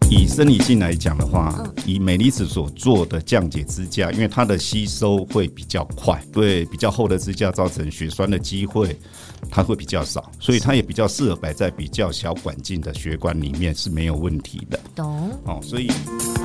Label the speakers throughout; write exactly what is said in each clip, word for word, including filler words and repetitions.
Speaker 1: 以生理性来讲的话，嗯、以镁离子所做的降解支架，因为它的吸收会比较快，对比较厚的支架造成血栓的机会它会比较少，所以它也比较适合摆在比较小管径的血管里面是没有问题的。
Speaker 2: 懂
Speaker 1: 哦，所以。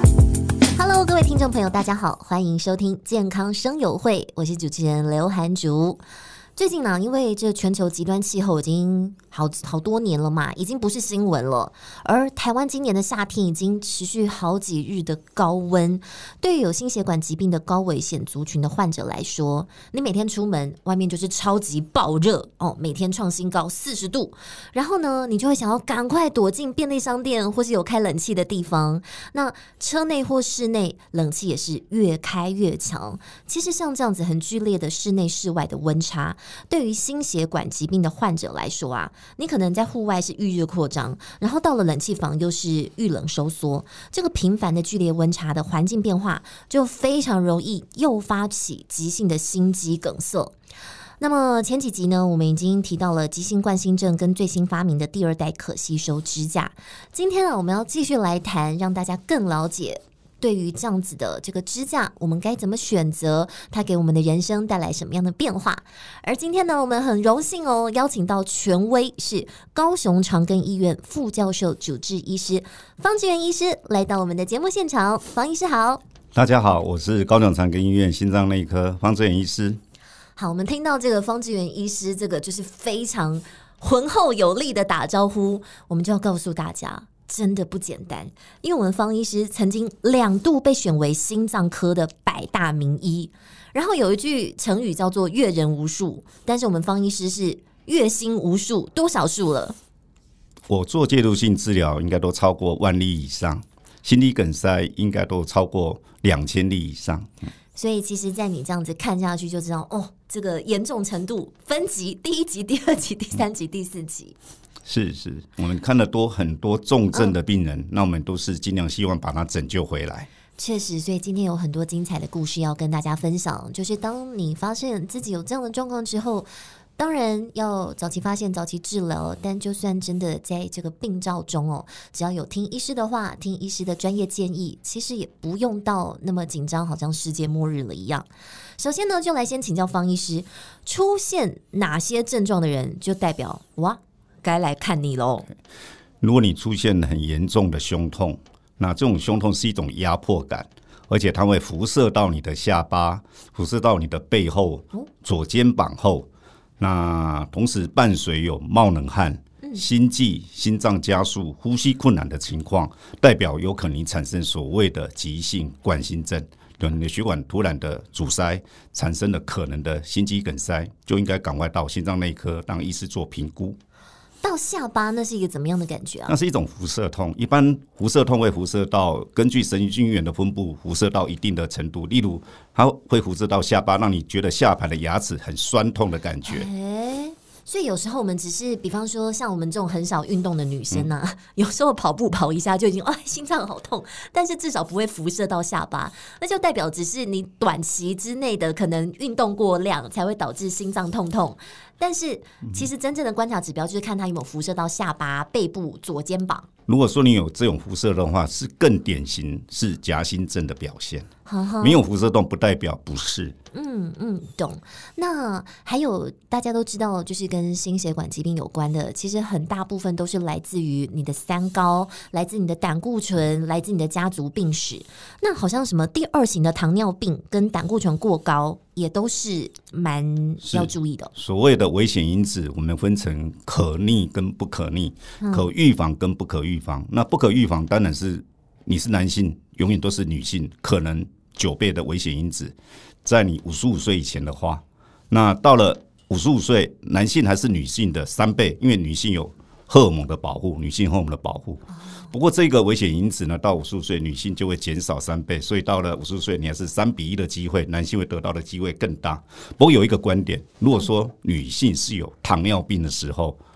Speaker 2: Hello， 各位听众朋友，大家好，欢迎收听健康声友会，我是主持人刘涵竹。最近呢，因为这全球极端气候已经好好多年了嘛，已经不是新闻了。而台湾今年的夏天已经持续好几日的高温，对于有心血管疾病的高危险族群的患者来说，你每天出门外面就是超级爆热哦，每天创新高四十度，然后呢，你就会想要赶快躲进便利商店或是有开冷气的地方。那车内或室内冷气也是越开越强。其实像这样子很剧烈的室内室外的温差，对于心血管疾病的患者来说啊，你可能在户外是预热扩张，然后到了冷气房又是遇冷收缩，这个频繁的剧烈温差的环境变化，就非常容易诱发起急性的心肌梗塞。那么前几集呢，我们已经提到了急性冠心症跟最新发明的第二代可吸收支架。今天呢，我们要继续来谈，让大家更了解对于这样子的这个支架，我们该怎么选择？它给我们的人生带来什么样的变化？而今天呢，我们很荣幸哦，邀请到权威是高雄长庚医院副教授主治医师方志源医师来到我们的节目现场。方医师好。
Speaker 1: 大家好，我是高雄长庚医院心脏内科方志源医师。
Speaker 2: 好，我们听到这个方志源医师这个就是非常浑厚有力的打招呼，我们就要告诉大家，真的不简单，因为我们方医师曾经两度被选为心脏科的百大名医，然后有一句成语叫做阅人无数，但是我们方医师是阅心无数，多少数了？
Speaker 1: 我做介入性治疗应该都超过万例以上，心肌梗塞应该都超过两千例以上。
Speaker 2: 所以其实在你这样子看下去就知道，哦，这个严重程度分级，第一级、第二级、第三级、第四级。
Speaker 1: 是是，我们看得多很多重症的病人、嗯、那我们都是尽量希望把它拯救回来。
Speaker 2: 确实，所以今天有很多精彩的故事要跟大家分享，就是当你发现自己有这样的状况之后，当然要早期发现早期治疗，但就算真的在这个病灶中哦，只要有听医师的话，听医师的专业建议，其实也不用到那么紧张，好像世界末日了一样。首先呢，就来先请教方医师，出现哪些症状的人就代表哇该来看你咯。
Speaker 1: 如果你出现很严重的胸痛，那这种胸痛是一种压迫感，而且它会辐射到你的下巴，辐射到你的背后、左肩膀后，那同时伴随有冒冷汗、心悸、心脏加速、呼吸困难的情况，代表有可能产生所谓的急性冠心症，你的血管突然的阻塞，产生了可能的心肌梗塞，就应该赶快到心脏内科让医师做评估。
Speaker 2: 到下巴那是一个怎么样的感觉啊？
Speaker 1: 那是一种辐射痛，一般辐射痛会辐射到，根据神经元的分布辐射到一定的程度，例如它会辐射到下巴，让你觉得下排的牙齿很酸痛的感觉。
Speaker 2: 欸，所以有时候我们只是比方说像我们这种很少运动的女生啊、嗯、有时候跑步跑一下就已经哎心脏好痛，但是至少不会辐射到下巴，那就代表只是你短期之内的可能运动过量才会导致心脏痛痛，但是其实真正的观察指标就是看它有没有辐射到下巴、背部、左肩膀。
Speaker 1: 如果说你有这种辐射的话，是更典型是夹心症的表现。没有辐射洞不代表不是。
Speaker 2: 嗯嗯，懂。那还有大家都知道，就是跟心血管疾病有关的，其实很大部分都是来自于你的三高，来自你的胆固醇，来自你的家族病史。那好像什么第二型的糖尿病跟胆固醇过高也都是蛮要注意的。
Speaker 1: 所谓的危险因子，我们分成可逆跟不可逆，嗯、可预防跟不可预防。那不可预防当然是你是男性，永远都是女性可能九倍的危险因子，在你五十五岁以前的话，那到了五十五岁，男性还是女性的三倍，因为女性有荷尔蒙的保护，女性荷尔蒙的保护。不过这个危险因子呢，到五十五岁女性就会减少三倍，所以到了五十五岁，你还是三比一的机会，男性会得到的机会更大。不过有一个观点，如果说女性是有糖尿病的时候，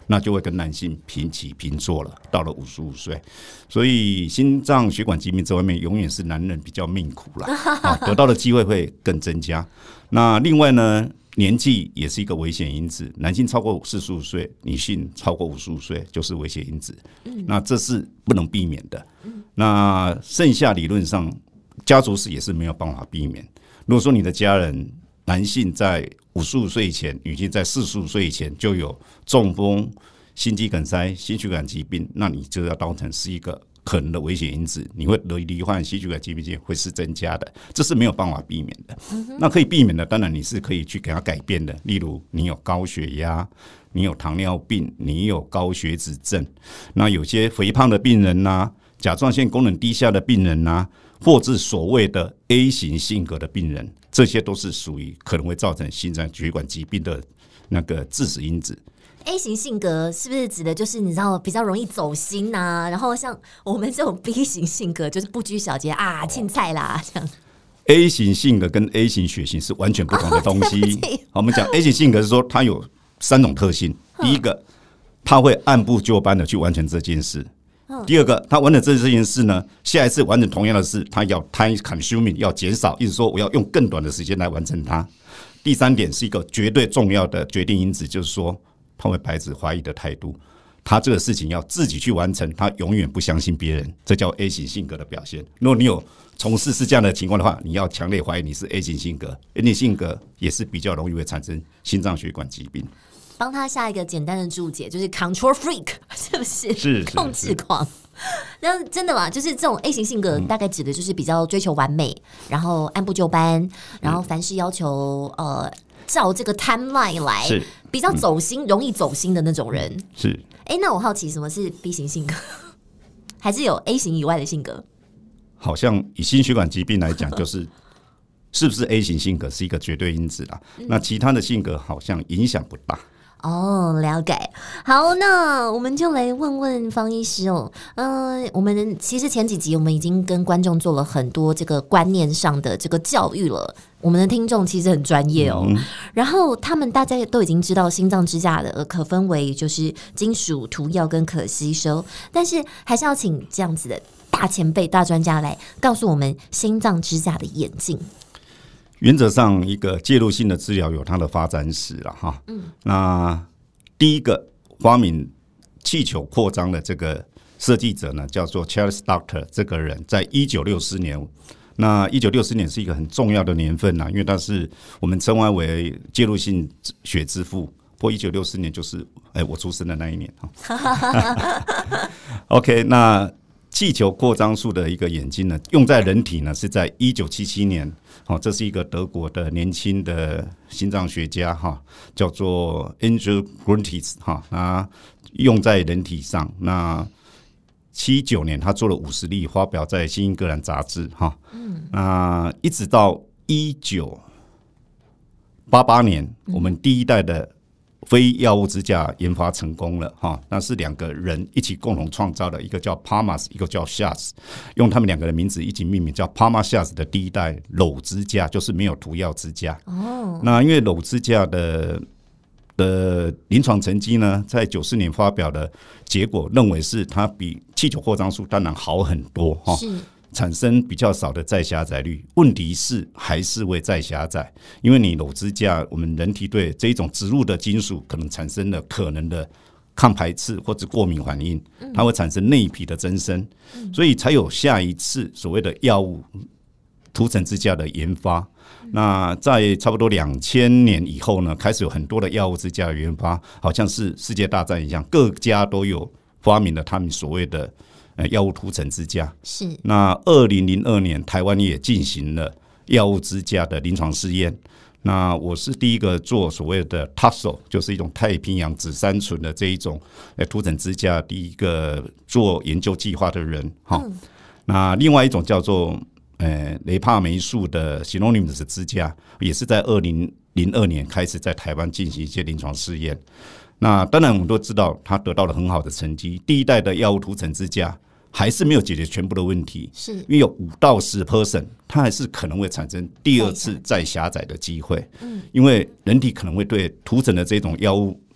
Speaker 1: 那就会跟男性平起平坐了。到了五十五岁，所以心脏血管疾病这方面永远是男人比较命苦了、啊，得到的机会会更增加。那另外呢，年纪也是一个危险因子，男性超过四十五岁，女性超过五十五岁就是危险因子。那这是不能避免的。那剩下理论上家族史也是没有办法避免。如果说你的家人男性在五十五岁以前，女性在四十五岁以前就有中风、心肌梗塞、心血管疾病，那你就要当成是一个可能的危险因子，你会罹患心血管疾病会是增加的，这是没有办法避免的。那可以避免的，当然你是可以去给它改变的，例如你有高血压，你有糖尿病，你有高血脂症，那有些肥胖的病人啊，甲状腺功能低下的病人啊，或是所谓的 A 型性格的病人，这些都是属于可能会造成心脏血管疾病的那个致死因子。
Speaker 2: A 型性格是不是指的就是你知道比较容易走心啊？然后像我们这种 B 型性格就是不拘小节啊，青菜啦这样。
Speaker 1: A 型性格跟 A 型血型是完全不同的东西。哦、我们讲 A 型性格是说它有三种特性，第一个，它会按部就班的去完成这件事。第二个，他完成这件事呢，下一次完成同样的事，他要 time consuming 要减少，意思说我要用更短的时间来完成它。第三点是一个绝对重要的决定因子，就是说他会排斥怀疑的态度，他这个事情要自己去完成，他永远不相信别人，这叫 A 型性格的表现。如果你有从事是这样的情况的话，你要强烈怀疑你是 A 型性格 ，A 型性格也是比较容易会产生心脏血管疾病。
Speaker 2: 帮他下一个简单的注解，就是 control freak， 是不是？
Speaker 1: 是
Speaker 2: 控制狂。那真的嘛？就是这种 A 型性格，大概指的就是比较追求完美，然后按部就班，然后凡事要求呃照这个 timeline 来，比较走心、嗯、容易走心的那种人。
Speaker 1: 是。
Speaker 2: 哎、欸，那我好奇什么是 B 型性格，还是有 A 型以外的性格？
Speaker 1: 好像以心血管疾病来讲，就是是不是 A 型性格是一个绝对因子啦。嗯、那其他的性格好像影响不大。
Speaker 2: 哦，了解。好，那我们就来问问方医师哦。嗯、呃，我们其实前几集我们已经跟观众做了很多这个观念上的这个教育了。我们的听众其实很专业哦，嗯、然后他们大家都已经知道心脏支架的可分为就是金属、涂药跟可吸收，但是还是要请这样子的大前辈、大专家来告诉我们心脏支架的演进。
Speaker 1: 原则上，一个介入性的治疗有它的发展史了哈。嗯，那第一个发明气球扩张的这个设计者呢，叫做 Charles Doctor。这个人在一九六四年，那一九六四年是一个很重要的年份呐，因为他是我们称为介入性血之父。不过一九六四年就是哎、欸、我出生的那一年哈。OK， 那气球扩张术的一个演进呢，用在人体呢是在一九七七年。好，这是一个德国的年轻的心脏学家哈，叫做 Angel Gruntis 哈，那用在人体上。那七九年他做了五十例，发表在《新英格兰杂志》哈。嗯，那一直到一九八八年，我们第一代的非药物支架研发成功了哈，那是两个人一起共同创造的，一个叫 Palmas， 一个叫 Schatz， 用他们两个的名字一起命名，叫 Palmas Schatz 的第一代篓支架，就是没有涂药支架。哦，那因为篓支架的的临床成绩呢，在九四年发表的结果认为是它比气球扩张术当然好很多哈。是。产生比较少的再狭窄率，问题是还是会再狭窄，因为你篓支架，我们人体对这一种植入的金属可能产生了可能的抗排斥或者过敏反应，它会产生内皮的增生，所以才有下一次所谓的药物涂层支架的研发。那在差不多两千年以后呢，开始有很多的药物支架的研发，好像是世界大战一样，各家都有发明了他们所谓的药物涂层支架。是。那二零零二年，台湾也进行了药物支架的临床试验。那我是第一个做所谓的 T A S O， 就是一种太平洋紫杉醇的这一种涂层支架第一个做研究计划的人。嗯、那另外一种叫做呃雷帕霉素的 Sirolimus 的支架，也是在二零零二年开始在台湾进行一些临床试验。那当然我们都知道它得到了很好的成绩，第一代的药物涂层支架还是没有解决全部的问题，是因为有五到十 percent 它还是可能会产生第二次再狭窄的机会。嗯，因为人体可能会对涂层的这种药物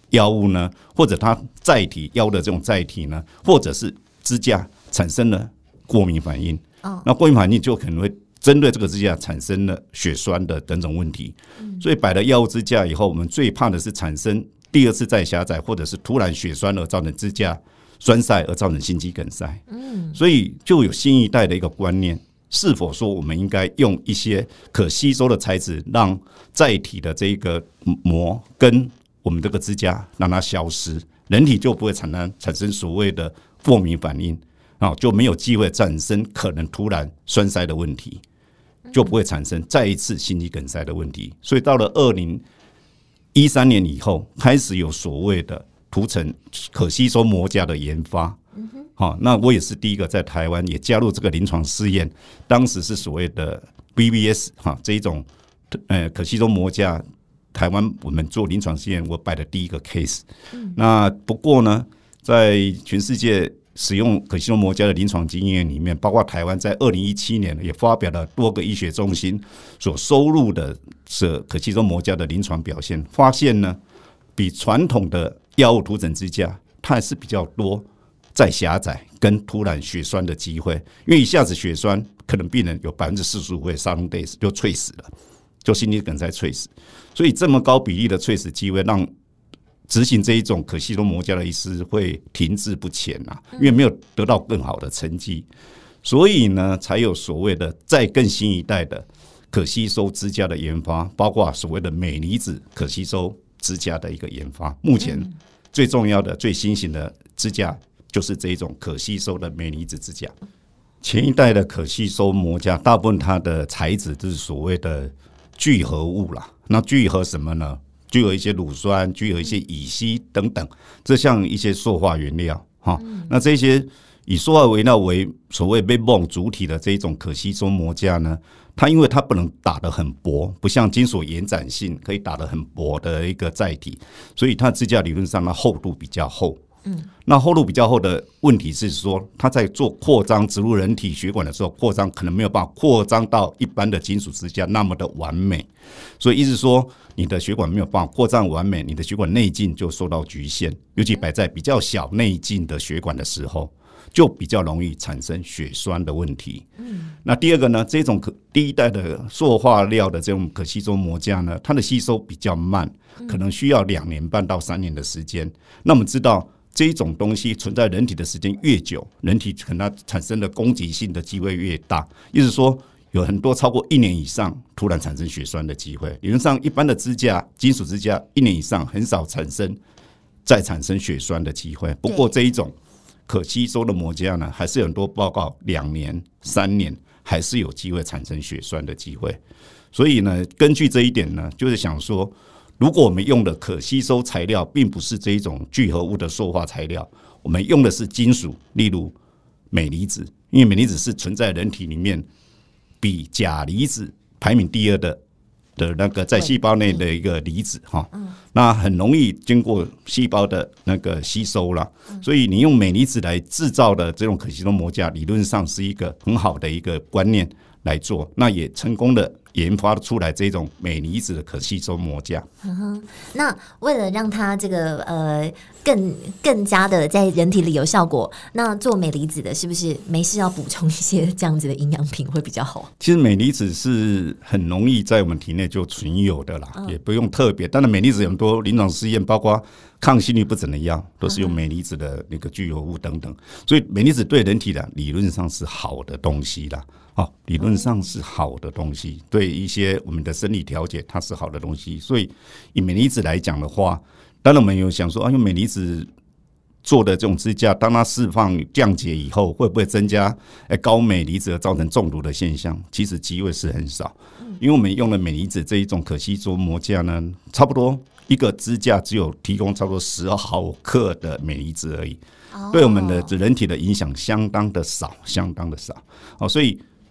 Speaker 1: 药物呢，或者它载体药的这种载体呢，或者是支架产生了过敏反应，哦、那过敏反应就可能会针对这个支架产生了血栓的等种问题。嗯、所以摆了药物支架以后，我们最怕的是产生第二次再狭窄，或者是突然血栓而造成支架栓塞而造成心肌梗塞。嗯、所以就有新一代的一个观念。是否说我们应该用一些可吸收的材质，让载体的这个膜跟我们这个支架让它消失，人体就不会产生产生所谓的过敏反应，就没有机会产生可能突然栓塞的问题，就不会产生再一次心肌梗塞的问题。所以到了二零一三年以后，开始有所谓的涂层可吸收膜架的研发。好，那我也是第一个在台湾也加入这个临床试验，当时是所谓的 B B S 哈这一种呃可吸收膜架，台湾我们做临床试验，我摆的第一个 case。嗯、那不过呢，在全世界使用可吸收膜架的临床经验里面，包括台湾在二零一七年也发表了多个医学中心所收录的这可吸收膜架的临床表现，发现呢，比传统的药物涂层支架它还是比较多再狭窄跟突然血栓的机会，因为一下子血栓，可能病人有百分之四十五会 sudden death 就猝死了，就心肌梗塞猝死。所以这么高比例的猝死机会，让执行这一种可吸收膜架的医师会停滞不前啊，因为没有得到更好的成绩，所以呢，才有所谓的再更新一代的可吸收支架的研发，包括所谓的镁离子可吸收支架的一个研发。目前最重要的、最新型的支架就是这一种可吸收的镁离子支架。前一代的可吸收膜架，大部分它的材质都是所谓的聚合物啦。那聚合什么呢？聚合一些乳酸，聚合一些乙烯等等，这像一些塑化原料哈。那这些以塑化原料为所谓 backbone 主体的这一种可吸收膜架呢，它因为它不能打得很薄，不像金属延展性可以打得很薄的一个载体，所以它支架理论上它厚度比较厚。嗯、那厚度比较厚的问题是说，它在做扩张植入人体血管的时候，扩张可能没有办法扩张到一般的金属支架那么的完美，所以意思说你的血管没有办法扩张完美，你的血管内径就受到局限，尤其摆在比较小内径的血管的时候，就比较容易产生血栓的问题。嗯、那第二个呢，这种可第一代的塑化料的这种可吸收膜架呢，它的吸收比较慢，可能需要两年半到三年的时间。那我们知道，这一种东西存在人体的时间越久，人体可能产生的攻击性的机会越大。意思说，有很多超过一年以上突然产生血栓的机会。理论上，一般的支架、金属支架一年以上很少产生再产生血栓的机会。不过这一种可吸收的膜架呢，还是有很多报告两年、三年还是有机会产生血栓的机会。所以呢，根据这一点呢，就是想说，如果我们用的可吸收材料并不是这一种聚合物的塑化材料，我们用的是金属，例如镁离子，因为镁离子是存在人体里面比钾离子排名第二的的那个在细胞内的一个离子哈，那很容易经过细胞的那个吸收了，所以你用镁离子来制造的这种可吸收膜架，理论上是一个很好的一个观念来做，那也成功的研发出来这种镁离子的可吸收膜架。
Speaker 2: 嗯、那为了让它这个呃更更加的在人体里有效果，那做镁离子的是不是没事要补充一些这样子的营养品会比较好？
Speaker 1: 其实镁离子是很容易在我们体内就存有的啦，嗯、也不用特别。当然镁离子有很多临床试验，包括抗心律不整的药都是用镁离子的那个聚合物等等，所以镁离子对人体的理论上是好的东西啦。哦，理论上是好的东西，对一些我们的生理调节它是好的东西。所以以镁离子来讲的话，当然我们有想说，啊，用镁离子做的这种支架，当它释放降解以后，会不会增加高镁离子而造成中毒的现象？其实机会是很少，因为我们用了镁离子这一种可吸收膜架呢，差不多一个支架只有提供差不多十毫克的镁离子而已，对我们的人体的影响相当的少，相当的少。哦，所以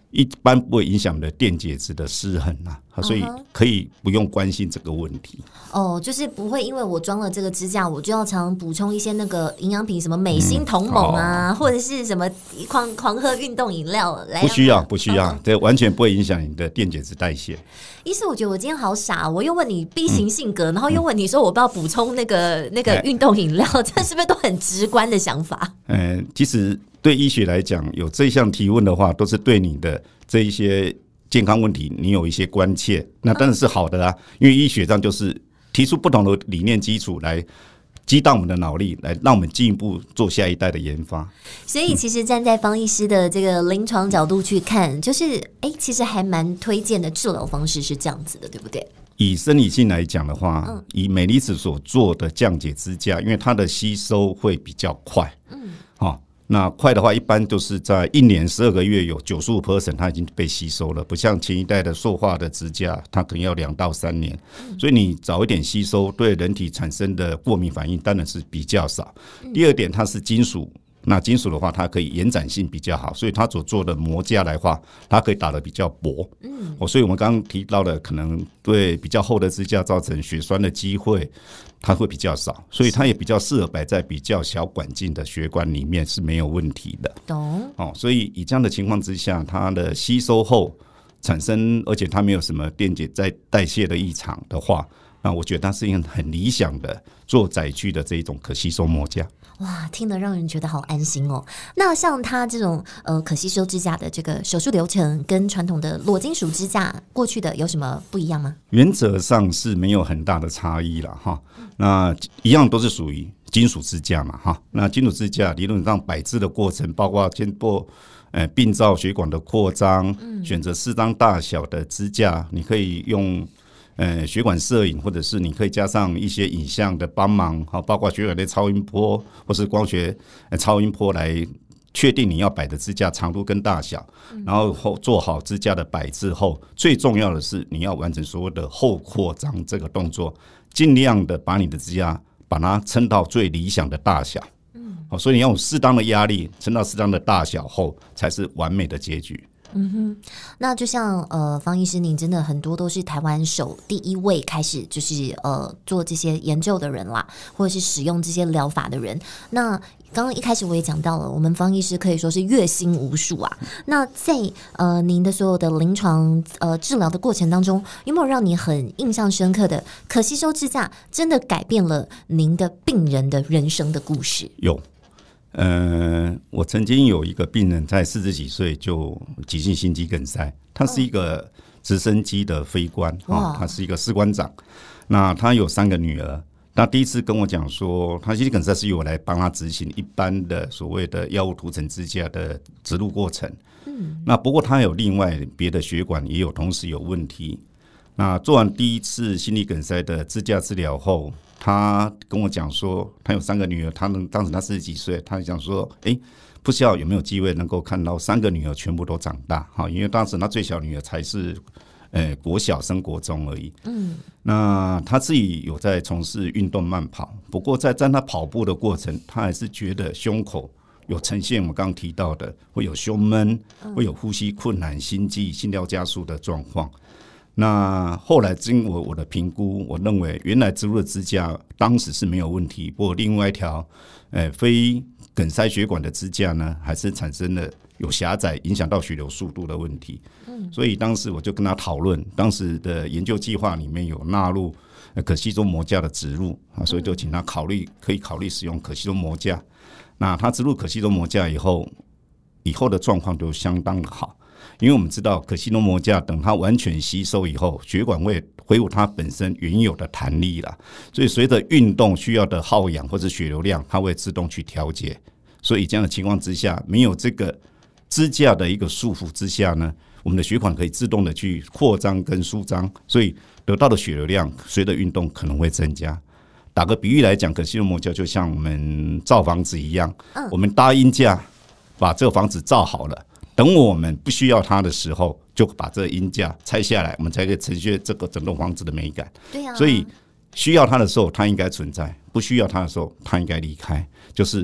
Speaker 1: 一般不会影响你的电解质的失衡啊，所以可以不用关心这个问题。
Speaker 2: 哦，就是不会因为我装了这个支架，我就要常补充一些那个营养品，什么美心同盟啊，嗯哦、或者是什么狂狂喝运动饮料来。
Speaker 1: 不需要，不需要，这、哦、完全不会影响你的电解质代谢。
Speaker 2: 医师，我觉得我今天好傻，我又问你 B 型性格，嗯、然后又问你说我不要补充那个、嗯、那个运动饮料，这是不是都很直观的想法？
Speaker 1: 嗯，其实对医学来讲，有这项提问的话，都是对你的这一些健康问题你有一些关切，那当然是好的啊，因为医学上就是提出不同的理念基础来激荡我们的脑力，来让我们进一步做下一代的研发。
Speaker 2: 所以其实站在方医师的这个临床角度去看，就是哎，其实还蛮推荐的治疗方式是这样子的，对不对？
Speaker 1: 以生理性来讲的话，嗯、以镁离子所做的降解支架，因为它的吸收会比较快，嗯，好。那快的话，一般都是在一年十二个月有 百分之九十五 它已经被吸收了，不像前一代的塑化的支架，它可能要两到三年。所以你早一点吸收，对人体产生的过敏反应当然是比较少。第二点，它是金属。那金属的话，它可以延展性比较好，所以它所做的膜架来话，它可以打得比较薄。嗯，哦，所以我们刚刚提到的，可能对比较厚的支架造成血栓的机会，它会比较少，所以它也比较适合摆在比较小管径的血管里面是没有问题的。
Speaker 2: 懂？
Speaker 1: 哦，所以以这样的情况之下，它的吸收后产生，而且它没有什么电解在代谢的异常的话，那我觉得它是一个很理想的做载具的这一种可吸收膜架。
Speaker 2: 哇，听得让人觉得好安心哦。那像它这种呃可吸收支架的这个手术流程，跟传统的裸金属支架过去的有什么不一样吗？
Speaker 1: 原则上是没有很大的差异啦哈。那一样都是属于金属支架嘛哈。那金属支架理论上摆置的过程，包括经过呃病灶血管的扩张，选择适当大小的支架，你可以用。呃，血管摄影，或者是你可以加上一些影像的帮忙，好，包括血管内超音波或是光学超音波来确定你要摆的支架长度跟大小，然后做好支架的摆置后，最重要的是你要完成所有的后扩张这个动作，尽量的把你的支架把它撑到最理想的大小。嗯，好，所以你要有适当的压力撑到适当的大小后，才是完美的结局。
Speaker 2: 嗯哼，那就像呃，方医师，您真的很多都是台湾首第一位开始就是呃做这些研究的人啦，或者是使用这些疗法的人。那刚刚一开始我也讲到了，我们方医师可以说是阅心无数啊。那在呃您的所有的临床呃治疗的过程当中，有没有让你很印象深刻的可吸收支架真的改变了您的病人的人生的故事？
Speaker 1: 有。呃，我曾经有一个病人在四十几岁就急性心肌梗塞，他是一个直升机的飞官，哦，他是一个士官长。那他有三个女儿，他第一次跟我讲说，他心肌梗塞是由我来帮他执行一般的所谓的药物涂层支架的植入过程。嗯，那不过他有另外别的血管也有同时有问题。那做完第一次心肌梗塞的支架治疗后，他跟我讲说，他有三个女儿，他能当时他四十几岁，他讲说，哎、欸，不知道有没有机会能够看到三个女儿全部都长大，哈，因为当时他最小女儿才是，呃，国小升国中而已。嗯，那他自己有在从事运动慢跑，不过在在他跑步的过程，他还是觉得胸口有呈现我们刚刚提到的，会有胸闷，会有呼吸困难、心悸、心跳加速的状况。那后来经过我的评估，我认为原来植入的支架当时是没有问题，不过另外一条呃非梗塞血管的支架呢，还是产生了有狭窄，影响到血流速度的问题。嗯，所以当时我就跟他讨论，当时的研究计划里面有纳入可吸收膜架的植入啊，所以就请他考虑可以考虑使用可吸收膜架。那他植入可吸收膜架以后，以后的状况都相当的好。因为我们知道可吸收膜架等它完全吸收以后，血管会恢复它本身原有的弹力啦，所以随着运动需要的耗氧或者血流量，它会自动去调节。所以这样的情况之下，没有这个支架的一个束缚之下呢，我们的血管可以自动的去扩张跟舒张，所以得到的血流量随着运动可能会增加。打个比喻来讲，可吸收膜架就像我们造房子一样，我们搭鹰架把这个房子造好了，等我们不需要它的时候，就把这个鹰架拆下来，我们才可以呈现这个整栋房子的美感。
Speaker 2: 对啊，
Speaker 1: 所以需要它的时候它应该存在，不需要它的时候它应该离开，就是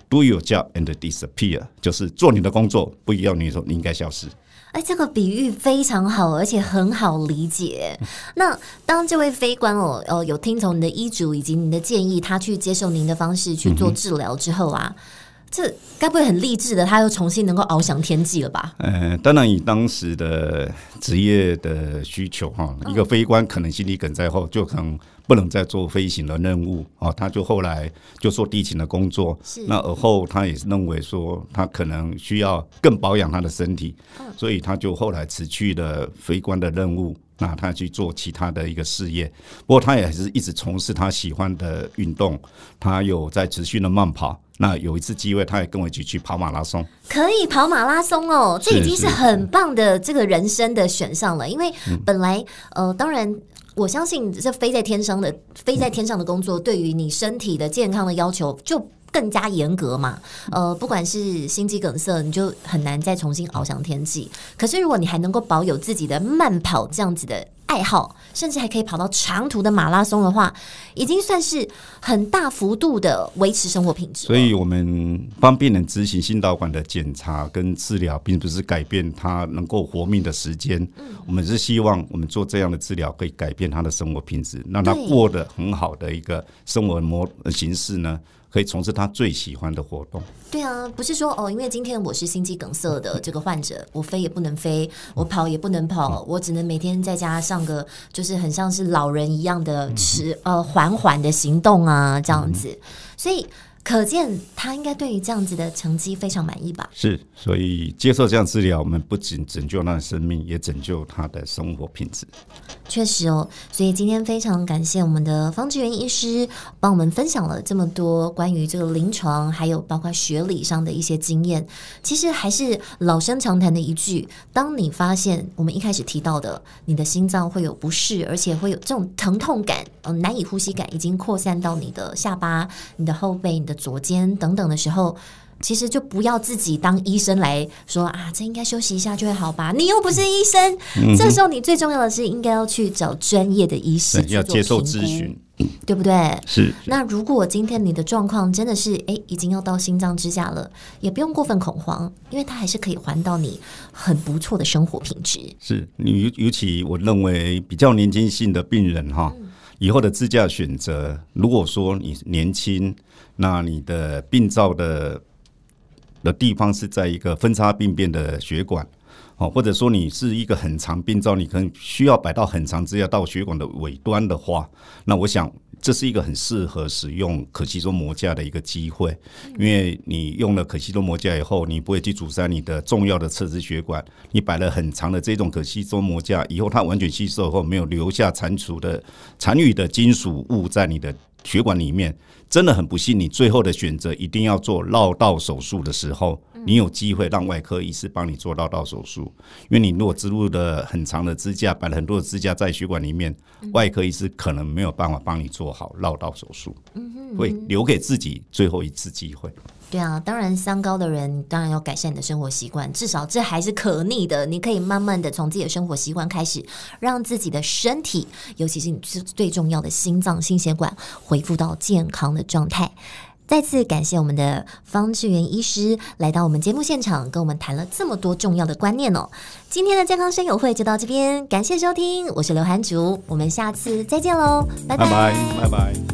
Speaker 1: Do your job and disappear， 就是做你的工作，不要你说你应该消失。
Speaker 2: 哎，这个比喻非常好，而且很好理解。那当这位飞官哦，呃，有听从你的医嘱以及您的建议，他去接受您的方式去做治疗之后啊，嗯、这该不会很励志的？他又重新能够翱翔天际了吧？
Speaker 1: 呃，当然以当时的职业的需求哈，一个飞官可能心肌梗塞后就可能不能再做飞行的任务哦，他就后来就做地勤的工作。那而后他也认为说他可能需要更保养他的身体，嗯、所以他就后来辞去了飞官的任务，那他去做其他的一个事业。不过他也还是一直从事他喜欢的运动，他有在持续的慢跑。那有一次机会，他也跟我一起去跑马拉松。
Speaker 2: 可以跑马拉松哦，这已经是很棒的这个人生的选项了。因为本来呃，当然。我相信这飞在天上的飞在天上的工作，对于你身体的健康的要求就更加严格嘛。呃，不管是心肌梗塞，你就很难再重新翱翔天际。可是如果你还能够保有自己的慢跑这样子的爱好，甚至还可以跑到长途的马拉松的话，已经算是很大幅度的维持生活品质。
Speaker 1: 所以我们帮病人执行心导管的检查跟治疗，并不是改变他能够活命的时间、嗯、我们是希望我们做这样的治疗可以改变他的生活品质，让他过得很好的一个生活模形式呢，可以从事他最喜欢的活动。
Speaker 2: 对啊，不是说哦，因为今天我是心肌梗塞的这个患者，我飞也不能飞，我跑也不能跑，我只能每天在家上个就是很像是老人一样的迟呃缓缓的行动啊，这样子，所以可见他应该对于这样子的成绩非常满意吧？
Speaker 1: 是，所以接受这样治疗，我们不仅拯救他的生命，也拯救他的生活品质。
Speaker 2: 确实哦，所以今天非常感谢我们的方志源医师帮我们分享了这么多关于这个临床还有包括学理上的一些经验。其实还是老生常谈的一句，当你发现我们一开始提到的你的心脏会有不适，而且会有这种疼痛感、呃、难以呼吸感已经扩散到你的下巴、你的后背、你的左肩等等的时候，其实就不要自己当医生来说啊，这应该休息一下就会好吧？你又不是医生，嗯、这时候你最重要的是应该要去找专业的医师
Speaker 1: 要接受咨询，
Speaker 2: 对不对？
Speaker 1: 是。
Speaker 2: 那如果今天你的状况真的是哎已经要到心脏支架了，也不用过分恐慌，因为它还是可以还到你很不错的生活品质。
Speaker 1: 是，你尤其我认为比较年轻性的病人哈。嗯，以后的支架选择，如果说你年轻，那你的病灶的的地方是在一个分叉病变的血管，或者说你是一个很长病灶，你可能需要摆到很长支架到血管的尾端的话，那我想这是一个很适合使用可吸收膜架的一个机会，因为你用了可吸收膜架以后，你不会去阻塞你的重要的侧支血管，你摆了很长的这种可吸收膜架以后，它完全吸收后没有留下残除的残余的金属物在你的血管里面，真的很不幸，你最后的选择一定要做绕道手术的时候，你有机会让外科医师帮你做绕道手术，因为你如果植入了很长的支架，摆了很多的支架在血管里面，外科医师可能没有办法帮你做好绕道手术，会留给自己最后一次机会。
Speaker 2: 对啊，当然三高的人当然要改善你的生活习惯，至少这还是可逆的，你可以慢慢的从自己的生活习惯开始，让自己的身体，尤其是你最重要的心脏心血管恢复到健康的状态。再次感谢我们的方志源医师来到我们节目现场，跟我们谈了这么多重要的观念哦。今天的健康声友会就到这边，感谢收听，我是刘涵竹，我们下次再见喽，拜拜
Speaker 1: 拜拜拜拜。